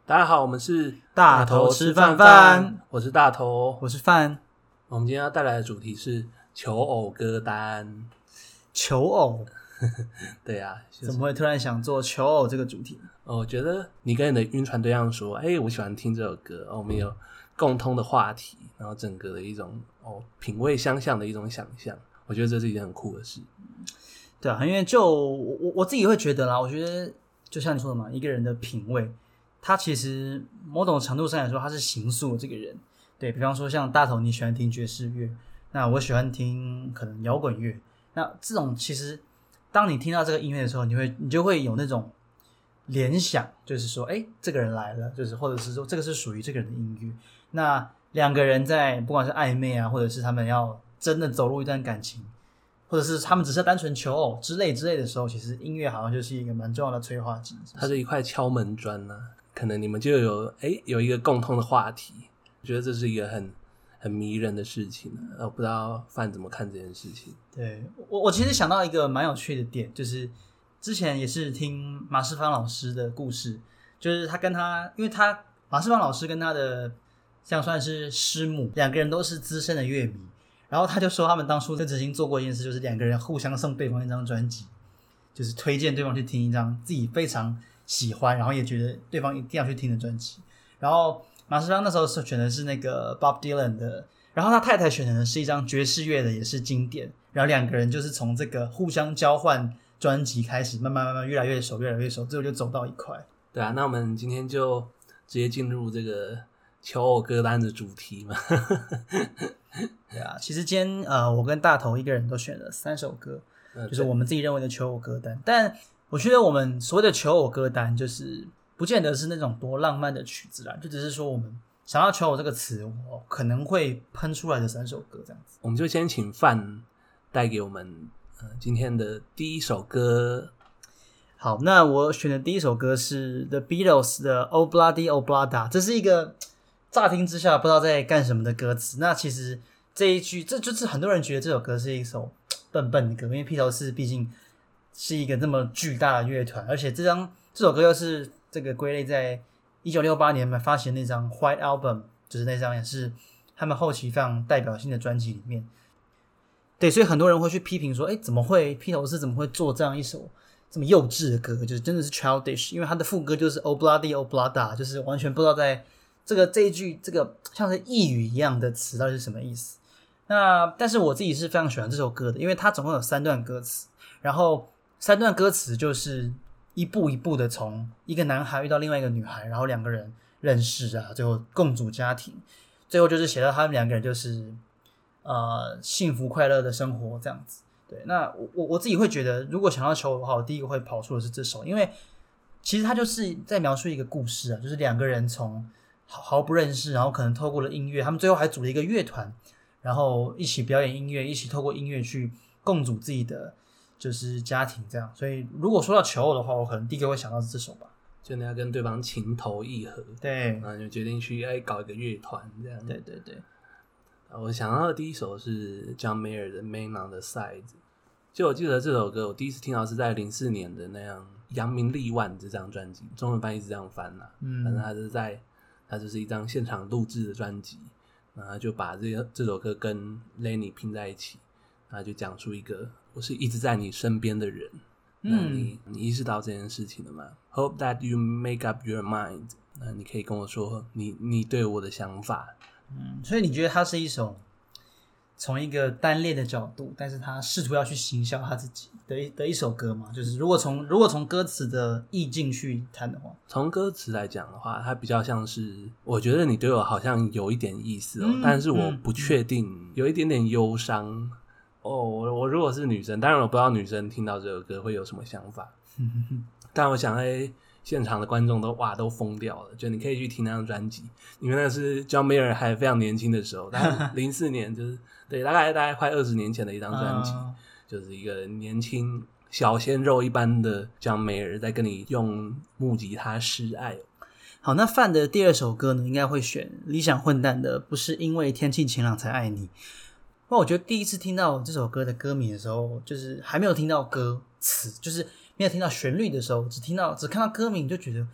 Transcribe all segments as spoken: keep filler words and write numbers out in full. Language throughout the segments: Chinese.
大家好，我们是大头吃饭饭， 我是大头， 我是饭。 我们今天要带来的主题是求偶歌单。 求偶？ 对啊、就是、 怎么会突然想做求偶这个主题？ 哦，我觉得你跟你的晕船对象说，哎，我喜欢听这首歌、哦、我们有共通的话题，然后整个的一种哦品味相像的一种想象，我觉得这是一件很酷的事。 对啊，因为就我我自己会觉得啦，我觉得就像你说的嘛，一个人的品味，他其实某种程度上来说，他是形塑的这个人。对，比方说像大头你喜欢听爵士乐，那我喜欢听可能摇滚乐，那这种其实当你听到这个音乐的时候，你会你就会有那种联想，就是说哎，这个人来了，就是或者是说这个是属于这个人的音乐。那两个人在不管是暧昧啊，或者是他们要真的走入一段感情，或者是他们只是单纯求偶之类之类的时候，其实音乐好像就是一个蛮重要的催化剂。 它是一块敲门砖啊，可能你们就有哎有一个共通的话题，我觉得这是一个很很迷人的事情、啊、我不知道范怎么看这件事情。 对，我我其实想到一个蛮有趣的点，就是之前也是听马世芳老师的故事，就是他跟他，因为他马世芳老师跟他的这样算是师母，两个人都是资深的乐迷，然后他就说他们当初曾经做过一件事，就是两个人互相送对方一张专辑，就是推荐对方去听一张自己非常喜欢，然后也觉得对方一定要去听的专辑。然后马世芳那时候选的是那个 Bob Dylan 的，然后他太太选的是一张爵士乐的，也是经典。然后两个人就是从这个互相交换专辑开始，慢慢慢慢越来越熟，越来越熟，最后就走到一块。 对啊，那我们今天就直接进入这个求偶歌单的主题嘛。 对啊，其实今天呃，我跟大头一个人都选了三首歌， 嗯、 就是我们自己认为的求偶歌单。但我觉得我们所谓的求偶歌单，就是不见得是那种多浪漫的曲子啦，就只是说我们想要求偶这个词，我可能会喷出来的三首歌这样子。 我们就先请范带给我们、呃、今天的第一首歌。 好，那我选的第一首歌是 The Beatles 的 Oh Bloody Oh Blada， 这是一个乍听之下不知道在干什么的歌词。那其实这一句，这就是很多人觉得这首歌是一首笨笨的歌，因为披头士毕竟是一个这么巨大的乐团，而且这张这首歌又是这个归类在一九六八年发行的那张 White Album， 就是那张也是他们后期非常代表性的专辑里面。对，所以很多人会去批评说，哎，怎么会披头士怎么会做这样一首这么幼稚的歌，就是真的是 childish， 因为他的副歌就是 Oh Bloody Oh Blada， 就是完全不知道在这个这一句这个像是呓语一样的词到底是什么意思。那但是我自己是非常喜欢这首歌的，因为它总共有三段歌词，然后三段歌词就是一步一步的从一个男孩遇到另外一个女孩，然后两个人认识啊，最后共组家庭，最后就是写到他们两个人就是呃幸福快乐的生活这样子。对，那我我自己会觉得，如果想要求偶的话，我第一个会跑出的是这首，因为其实它就是在描述一个故事啊，就是两个人从毫毫不认识，然后可能透过了音乐，他们最后还组了一个乐团，然后一起表演音乐，一起透过音乐去共组自己的就是家庭这样。所以如果说到求偶的话，我可能第一个会想到是这首吧， 就你要跟对方情投意合， 对， 然后就决定去哎搞一个乐团这样。 对对对。 我想到的第一首是 John Mayer 的 Man on the Side， 就我记得这首歌我第一次听到是在零四年的那样扬名立万这张专辑，中文翻译是这样翻啦、啊，嗯，反正它是在它就是一张现场录制的专辑，然后就把这个这首歌跟 Lenny 拼在一起，然后就讲出一个我是一直在你身边的人。嗯，那你你意识到这件事情了吗？ Hope that you make up your mind， 那你可以跟我说你你对我的想法。 嗯，所以你觉得它是一首从一个单恋的角度，但是他试图要去行销他自己的一的一首歌嘛？就是如果从如果从歌词的意境去谈的话， 从歌词来讲的话，它比较像是我觉得你对我好像有一点意思哦，嗯、但是我不确定，嗯、有一点点忧伤哦。我我如果是女生，当然我不知道女生听到这首歌会有什么想法，但我想哎。现场的观众都哇都疯掉了，就你可以去听那张专辑，因为那是 John Mayer 还非常年轻的时候，他零四年就是对大概大概快二十年前的一张专辑， uh... 就是一个年轻小鲜肉一般的 John Mayer 在跟你用木吉他示爱。 好，那范的第二首歌呢，应该会选理想混蛋的不是因为天气晴朗才爱你。那我觉得第一次听到这首歌的歌名的时候，就是还没有听到歌词，就是没有听到旋律的时候，只听到只看到歌名就觉得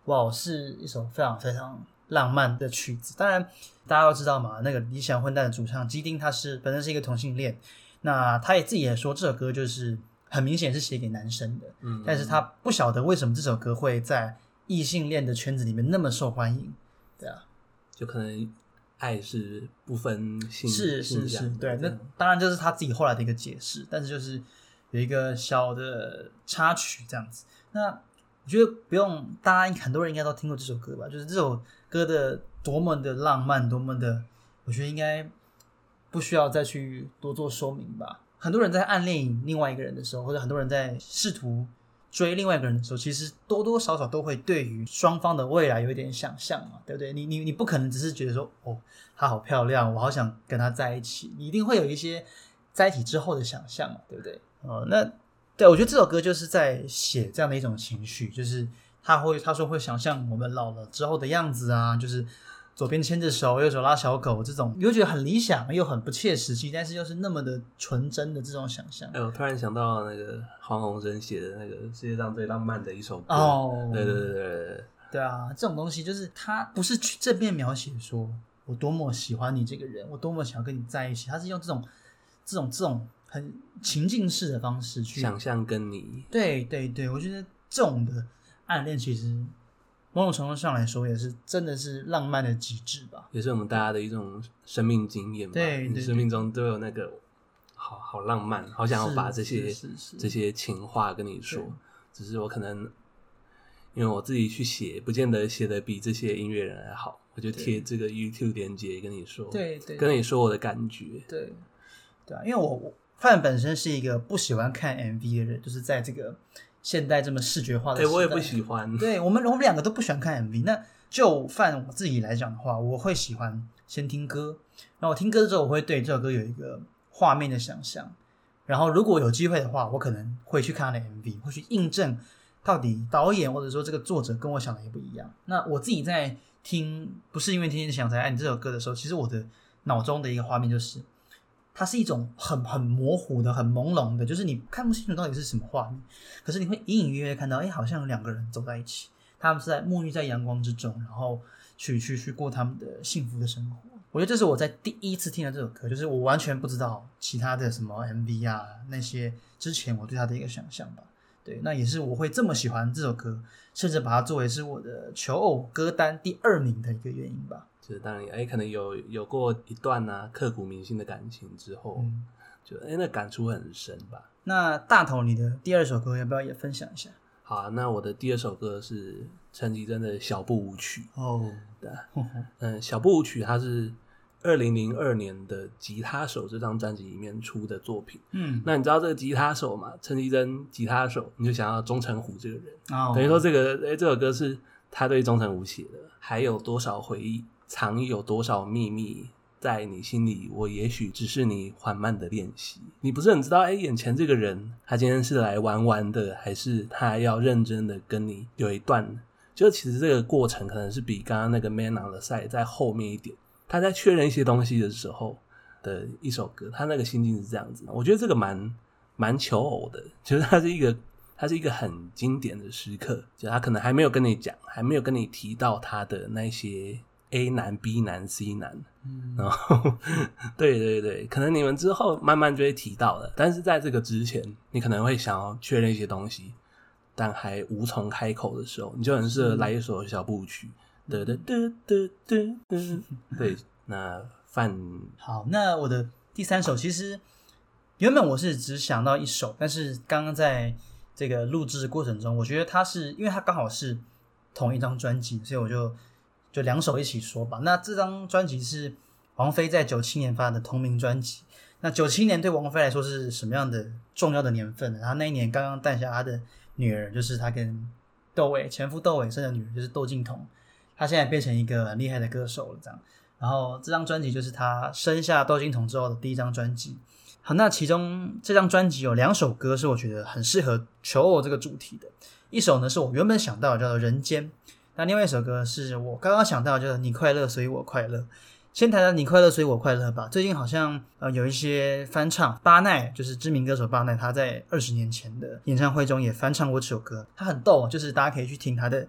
哇，是一首非常非常浪漫的曲子。当然大家都知道嘛，那个理想混蛋的主唱基丁他是本身是一个同性恋，那他也自己也说这首歌就是很明显是写给男生的，嗯，但是他不晓得为什么这首歌会在异性恋的圈子里面那么受欢迎。对啊， 就可能爱是不分性， 是是是，对，那当然就是他自己后来的一个解释，但是就是有一个小的插曲这样子。那我觉得不用，大家很多人应该都听过这首歌吧，就是这首歌的多么的浪漫，多么的，我觉得应该不需要再去多做说明吧。很多人在暗恋另外一个人的时候，或者很多人在试图追另外一个人的时候，其实多多少少都会对于双方的未来有一点想象嘛，对不对？你你你不可能只是觉得说，哦，她好漂亮，我好想跟她在一起，你一定会有一些在一起之后的想象嘛，对不对？哦，那对，我觉得这首歌就是在写这样的一种情绪，就是他会他说会想象我们老了之后的样子啊，就是左边牵着手，右手拉小狗，这种又觉得很理想又很不切实际，但是又是那么的纯真的这种想象。 哎，我突然想到那个黄鸿升写的那个世界上最浪漫的一首歌。 哦， 对对对对对， 对啊，这种东西就是他不是去正面描写说我多么喜欢你这个人，我多么想跟你在一起，他是用这种这种这种很情境式的方式去想象跟你。 对对对，我觉得这种的暗恋其实某种程度上来说也是真的是浪漫的极致吧， 也是我们大家的一种生命经验吧。 对，对对， 你生命中都有那个好好浪漫，好想要把这些是是是这些情话跟你说，只是我可能因为我自己去写，不见得写的比这些音乐人还好，我就贴这个 YouTube 连结跟你说， 对对， 跟你说我的感觉。 对对啊，因为我我范本身是一个不喜欢看 M V 的人，就是在这个现代这么视觉化的时代， 欸，我也不喜欢。 对，我们我们两个都不喜欢看 M V。那就范我自己来讲的话，我会喜欢先听歌，然后我听歌之后，我会对这首歌有一个画面的想象，然后如果有机会的话，我可能会去看他的 M V， 会去印证到底导演或者说这个作者跟我想的也不一样。那我自己在听不是因为天天想才爱你这首歌的时候，其实我的脑中的一个画面就是它是一种很很模糊的很朦胧的，就是你看不清楚到底是什么画面，可是你会隐隐约约看到，哎，好像有两个人走在一起，他们是在沐浴在阳光之中，然后去去去过他们的幸福的生活。我觉得这是我在第一次听的这首歌，就是我完全不知道其他的什么 M V 啊那些之前我对他的一个想象吧。对，那也是我会这么喜欢这首歌，甚至把它作为是我的求偶歌单第二名的一个原因吧。 就是当然，哎，可能有有过一段啊刻骨铭心的感情之后，嗯、就哎那感触很深吧。 那大头，你的第二首歌要不要也分享一下？ 好啊，那我的第二首歌是陈绮贞的《小步舞曲》 哦， 对，嗯，《小步舞曲》它是二零零二年的《吉他手》这张专辑里面出的作品。嗯，那你知道这个吉他手嘛？陈绮贞吉他手，你就想到钟成虎这个人，哦、等于说这个哎这首歌是他对钟成虎写的。还有多少回忆，藏有多少秘密，在你心里，我也许只是你缓慢的练习。你不是很知道，哎，眼前这个人，他今天是来玩玩的，还是他要认真的跟你有一段？就其实这个过程可能是比刚刚那个 Man on the Side 在后面一点。他在确认一些东西的时候的一首歌，他那个心境是这样子。我觉得这个蛮蛮求偶的，就是他是一个他是一个很经典的时刻，就他可能还没有跟你讲，还没有跟你提到他的那些 A 男 B 男 C 男，嗯，然后对对对，可能你们之后慢慢就会提到了，但是在这个之前，你可能会想要确认一些东西，但还无从开口的时候，你就很适合来一首小步曲。对对对对对对，对，那范好，那我的第三首其实原本我是只想到一首，但是刚刚在这个录制过程中，我觉得它是因为它刚好是同一张专辑，所以我就就两首一起说吧。那这张专辑是王菲在九七年发的同名专辑。那九七年对王菲来说是什么样的重要的年份呢？她那一年刚刚诞下她的女儿，就是她跟窦唯前夫窦唯生的女儿，就是窦靖童。他现在变成一个很厉害的歌手了，这样。然后这张专辑就是他生下窦靖童之后的第一张专辑。好，那其中这张专辑有两首歌是我觉得很适合求偶这个主题的。一首呢是我原本想到的，叫做《人间》。那另外一首歌是我刚刚想到的，叫做《你快乐所以我快乐》。先谈谈你快乐所以我快乐吧。最近好像呃有一些翻唱，巴奈就是知名歌手巴奈，他在二十年前的演唱会中也翻唱过这首歌。他很逗，就是大家可以去听他的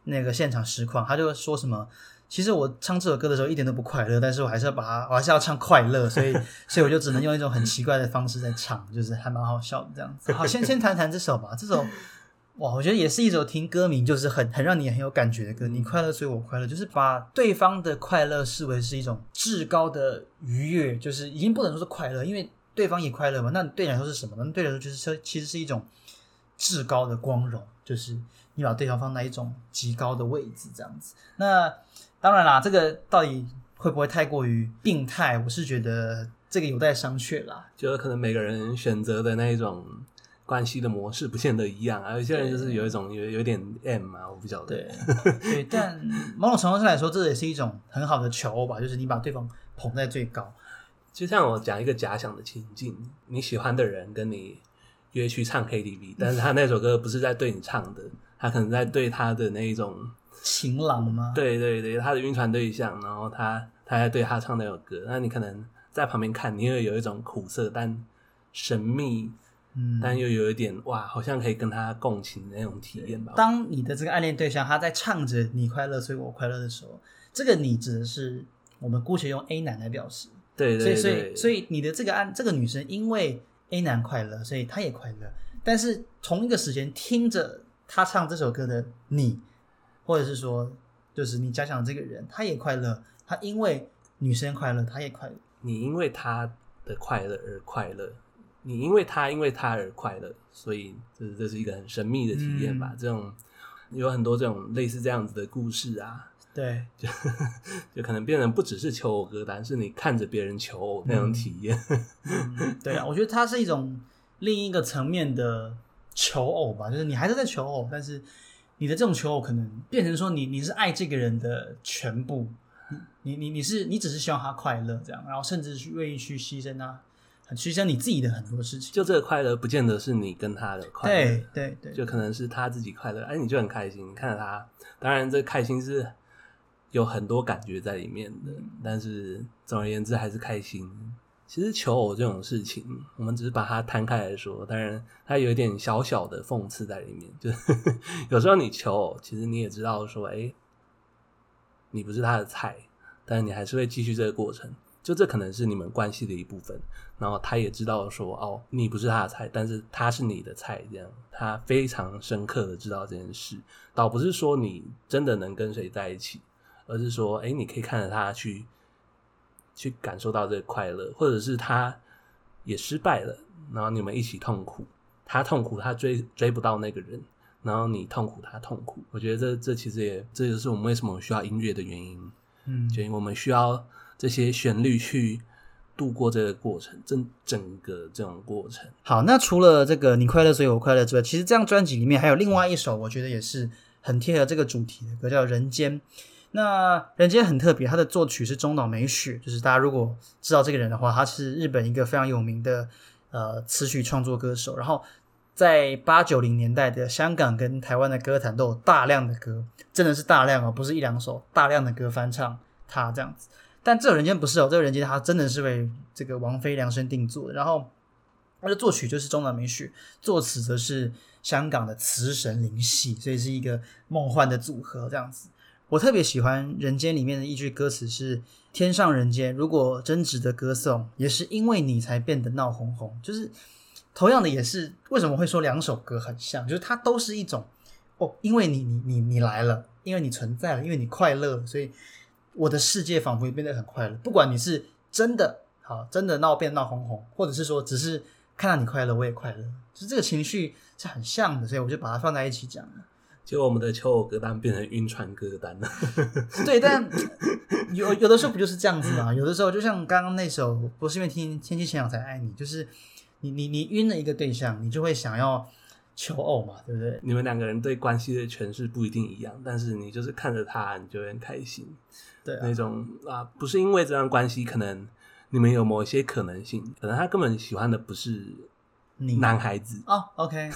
那个现场实况，他就说什么。其实我唱这首歌的时候一点都不快乐，但是我还是要把它，我还是要唱快乐，所以所以我就只能用一种很奇怪的方式在唱，就是还蛮好笑的这样子。好，先先谈谈这首吧，这首哇，我觉得也是一首听歌名就是很很让你很有感觉的歌。你快乐所以我快乐，就是把对方的快乐视为是一种至高的愉悦，就是已经不能说是快乐，因为对方也快乐嘛。那对你来说是什么呢？对你来说就是其实是一种至高的光荣，就是你把对方放在一种极高的位置这样子。那当然啦，这个到底会不会太过于病态，我是觉得这个有待商榷啦。 就可能每个人选择的那一种关系的模式不见得一样啊，有些人就是有一种有有点 M 啊，我不晓得。 对对，但某种程度上来说，这也是一种很好的求偶吧，就是你把对方捧在最高。 就像我讲一个假想的情境，你喜欢的人跟你约去唱 K T V， 但是他那首歌不是在对你唱的，他可能在对他的那一种情郎吗？ 对对对，他的晕船对象，然后他他在对他唱那首歌，那你可能在旁边看，你会有一种苦涩但神秘，嗯，但又有一点哇，好像可以跟他共情的那种体验吧。 当你的这个暗恋对象他在唱着你快乐所以我快乐的时候，这个你指的是我们姑且用 A 男来表示， 对对对， 所以所以所以你的这个暗这个女生因为 A 男快乐，所以她也快乐，但是同一个时间听着他唱这首歌的你，或者是说就是你假想这个人他也快乐，他因为女生快乐他也快乐， 你因为他的快乐而快乐，你因为他因为他而快乐，所以这是这是一个很神秘的体验吧、嗯、这种有很多这种类似这样子的故事啊， 对， 就就可能变成不只是求偶歌单，是你看着别人求偶那种体验、 嗯嗯、对啊，我觉得它是一种另一个层面的求偶吧，就是你还是在求偶，但是你的这种求偶可能变成说你你是爱这个人的全部，你你你是你只是希望他快乐这样，然后甚至去愿意去牺牲他，牺牲你自己的很多事情。 就这个快乐不见得是你跟他的快乐， 对对对， 就可能是他自己快乐，哎，你就很开心，你看着他，当然这开心是有很多感觉在里面的，但是总而言之还是开心。其实求偶这种事情，我们只是把它摊开来说，当然它有一点小小的讽刺在里面，就是有时候你求偶，其实你也知道说，哎，你不是他的菜，但是你还是会继续这个过程，就这可能是你们关系的一部分。然后他也知道说，哦，你不是他的菜，但是他是你的菜，这样他非常深刻的知道这件事，倒不是说你真的能跟谁在一起，而是说，哎，你可以看着他去。去感受到这个快乐，或者是他也失败了，然后你们一起痛苦，他痛苦他追追不到那个人，然后你痛苦他痛苦，我觉得这这其实也这就是我们为什么需要音乐的原因，嗯，就因为我们需要这些旋律去度过这个过程，整整个这种过程。 好，那除了这个你快乐所以我快乐之外，其实这张专辑里面还有另外一首我觉得也是很贴合这个主题的歌，叫人间。那人间很特别，他的作曲是中岛美雪，就是大家如果知道这个人的话，他是日本一个非常有名的呃词曲创作歌手，然后在八九零年代的香港跟台湾的歌坛都有大量的歌，真的是大量哦，不是一两首，大量的歌翻唱他这样子。但这个人间不是哦，这个人间他真的是为这个王菲量身定做的，然后他的作曲就是中岛美雪，作词则是香港的词神林夕，所以是一个梦幻的组合这样子。我特别喜欢人间里面的一句歌词是天上人间如果真值得歌颂，也是因为你才变得闹哄哄，就是同样的也是为什么会说两首歌很像，就是它都是一种哦，因为你你你你来了，因为你存在了，因为你快乐了，所以我的世界仿佛变得很快乐，不管你是真的好真的闹变闹哄哄，或者是说只是看到你快乐我也快乐，就是这个情绪是很像的，所以我就把它放在一起讲了。 结果我们的求偶歌单变成晕船歌单了。 对，但有有的时候不就是这样子嘛？有的时候就像刚刚那首《不是因为天天气晴朗才爱你》，就是你你你晕了一个对象，你就会想要求偶嘛，对不对？ 你们两个人对关系的诠释不一定一样，但是你就是看着他，你就会很开心。 对、啊， 那种啊，不是因为这段关系，可能你们有某一些可能性，可能他根本喜欢的不是男孩子哦 ，OK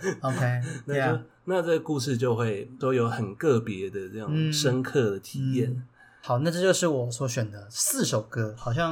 OK， 那就、yeah. 那这个故事就会都有很个别的这种深刻的体验、嗯嗯。 好，那这就是我所选的四首歌，好像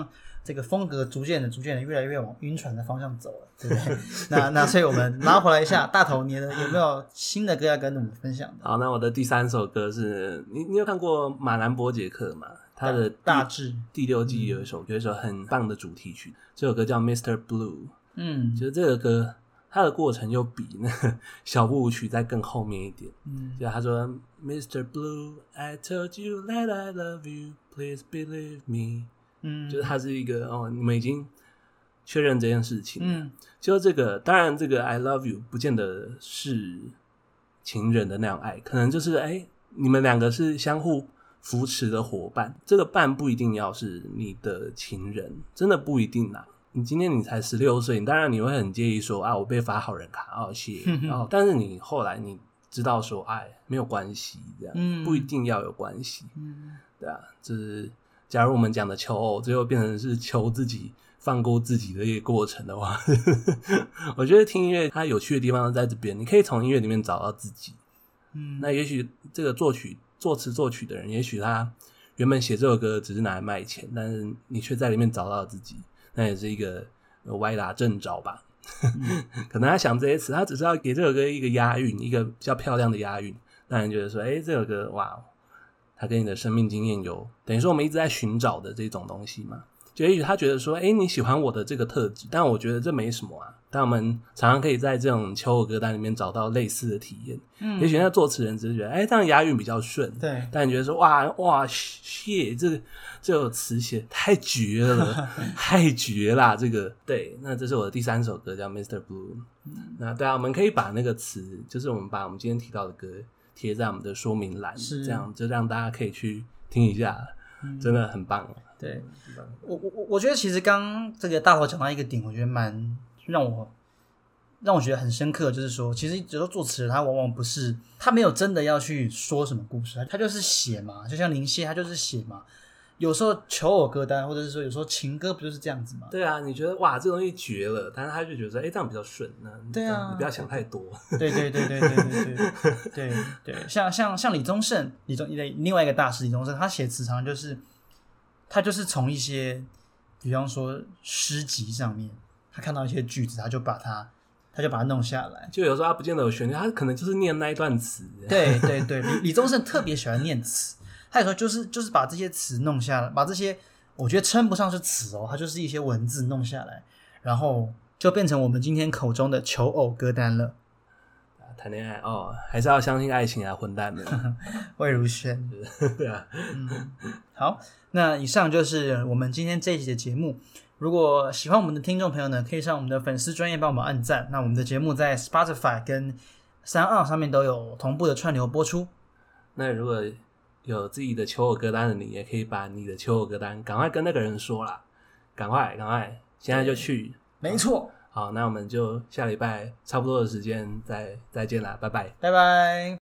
这个风格逐渐的、逐渐的越来越往晕船的方向走了，对不对？那那所以我们拉回来一下，大头，你的有没有新的歌要跟我们分享的？ 好，那我的第三首歌是你，你有看过马兰波杰克吗？他的大致第六季有一首、嗯、有一首很棒的主题曲，这首歌叫 mister Blue。嗯，就是这个歌，它的过程又比那个小步舞曲再更后面一点。嗯，就他说 mister Blue, I told you that I love you, please believe me。嗯，就是它是一个哦，你们已经确认这件事情。嗯，就这个，当然这个 I love you 不见得是情人的那样爱，可能就是哎，你们两个是相互扶持的伙伴。这个伴不一定要是你的情人，真的不一定啦。你今天你才十六岁，你当然你会很介意说啊，我被发好人卡哦，谢。然后，但是你后来你知道说，哎，没有关系，这样、嗯、不一定要有关系。嗯，对啊，就是。假如我们讲的求偶最后变成是求自己放过自己的一个过程的话我觉得听音乐它有趣的地方在这边，你可以从音乐里面找到自己。嗯，那也许这个作曲作词作曲的人，也许他原本写这首歌只是拿来卖钱，但是你却在里面找到自己，那也是一个歪打正着吧嗯、可能他想这些词，他只是要给这首歌一个押韵，一个比较漂亮的押韵，让人觉得说诶这首歌哇，他跟你的生命经验有等于说我们一直在寻找的这种东西嘛，就也许他觉得说诶你喜欢我的这个特质，但我觉得这没什么啊，但我们常常可以在这种求偶歌单里面找到类似的体验。嗯，也许那作词人只是觉得诶这样押韵比较顺， 对， 但你觉得说哇哇 shit 这个这首词写太绝了太绝啦这个。对，那这是我的第三首歌叫 mister Blue、嗯、那对啊，我们可以把那个词，就是我们把我们今天提到的歌贴在我们的说明栏，这样就让大家可以去听一下、嗯、真的很棒。 对，我我我觉得其实刚刚这个大头讲到一个点，我觉得蛮让我让我觉得很深刻，就是说其实有时候作词人他往往不是他没有真的要去说什么故事，他就是写嘛，就像林夕他就是写嘛。有时候求偶歌单或者是说有时候情歌不就是这样子吗？ 对啊，你觉得哇这东西绝了，但是他就觉得说哎这样比较顺，那对啊， 你不要想太多。 对对对对对对对对对，像像像李宗盛，李宗另外一个大师李宗盛，他写词常常就是他就是从一些比方说诗集上面，他看到一些句子，他就把它他就把它弄下来。 就有时候他不见得有旋律，他可能就是念那一段词。 对对对，李李宗盛特别喜欢念词。他有时候就是就是把这些词弄下来，把这些我觉得称不上是词哦，它就是一些文字弄下来，然后就变成我们今天口中的求偶歌单了。 谈恋爱哦，还是要相信爱情啊，混蛋们。 魏如萱， 对啊， 嗯，好，那以上就是我们今天这一集的节目。如果喜欢我们的听众朋友呢，可以上我们的粉丝专页帮我们按赞。那我们的节目在 Spotify 跟三二上面都有同步的串流播出。 那如果有自己的求偶歌单的你，也可以把你的求偶歌单赶快跟那个人说啦，赶快赶快现在就去。 没错。 好，那我们就下礼拜差不多的时间再再见啦，拜拜拜拜。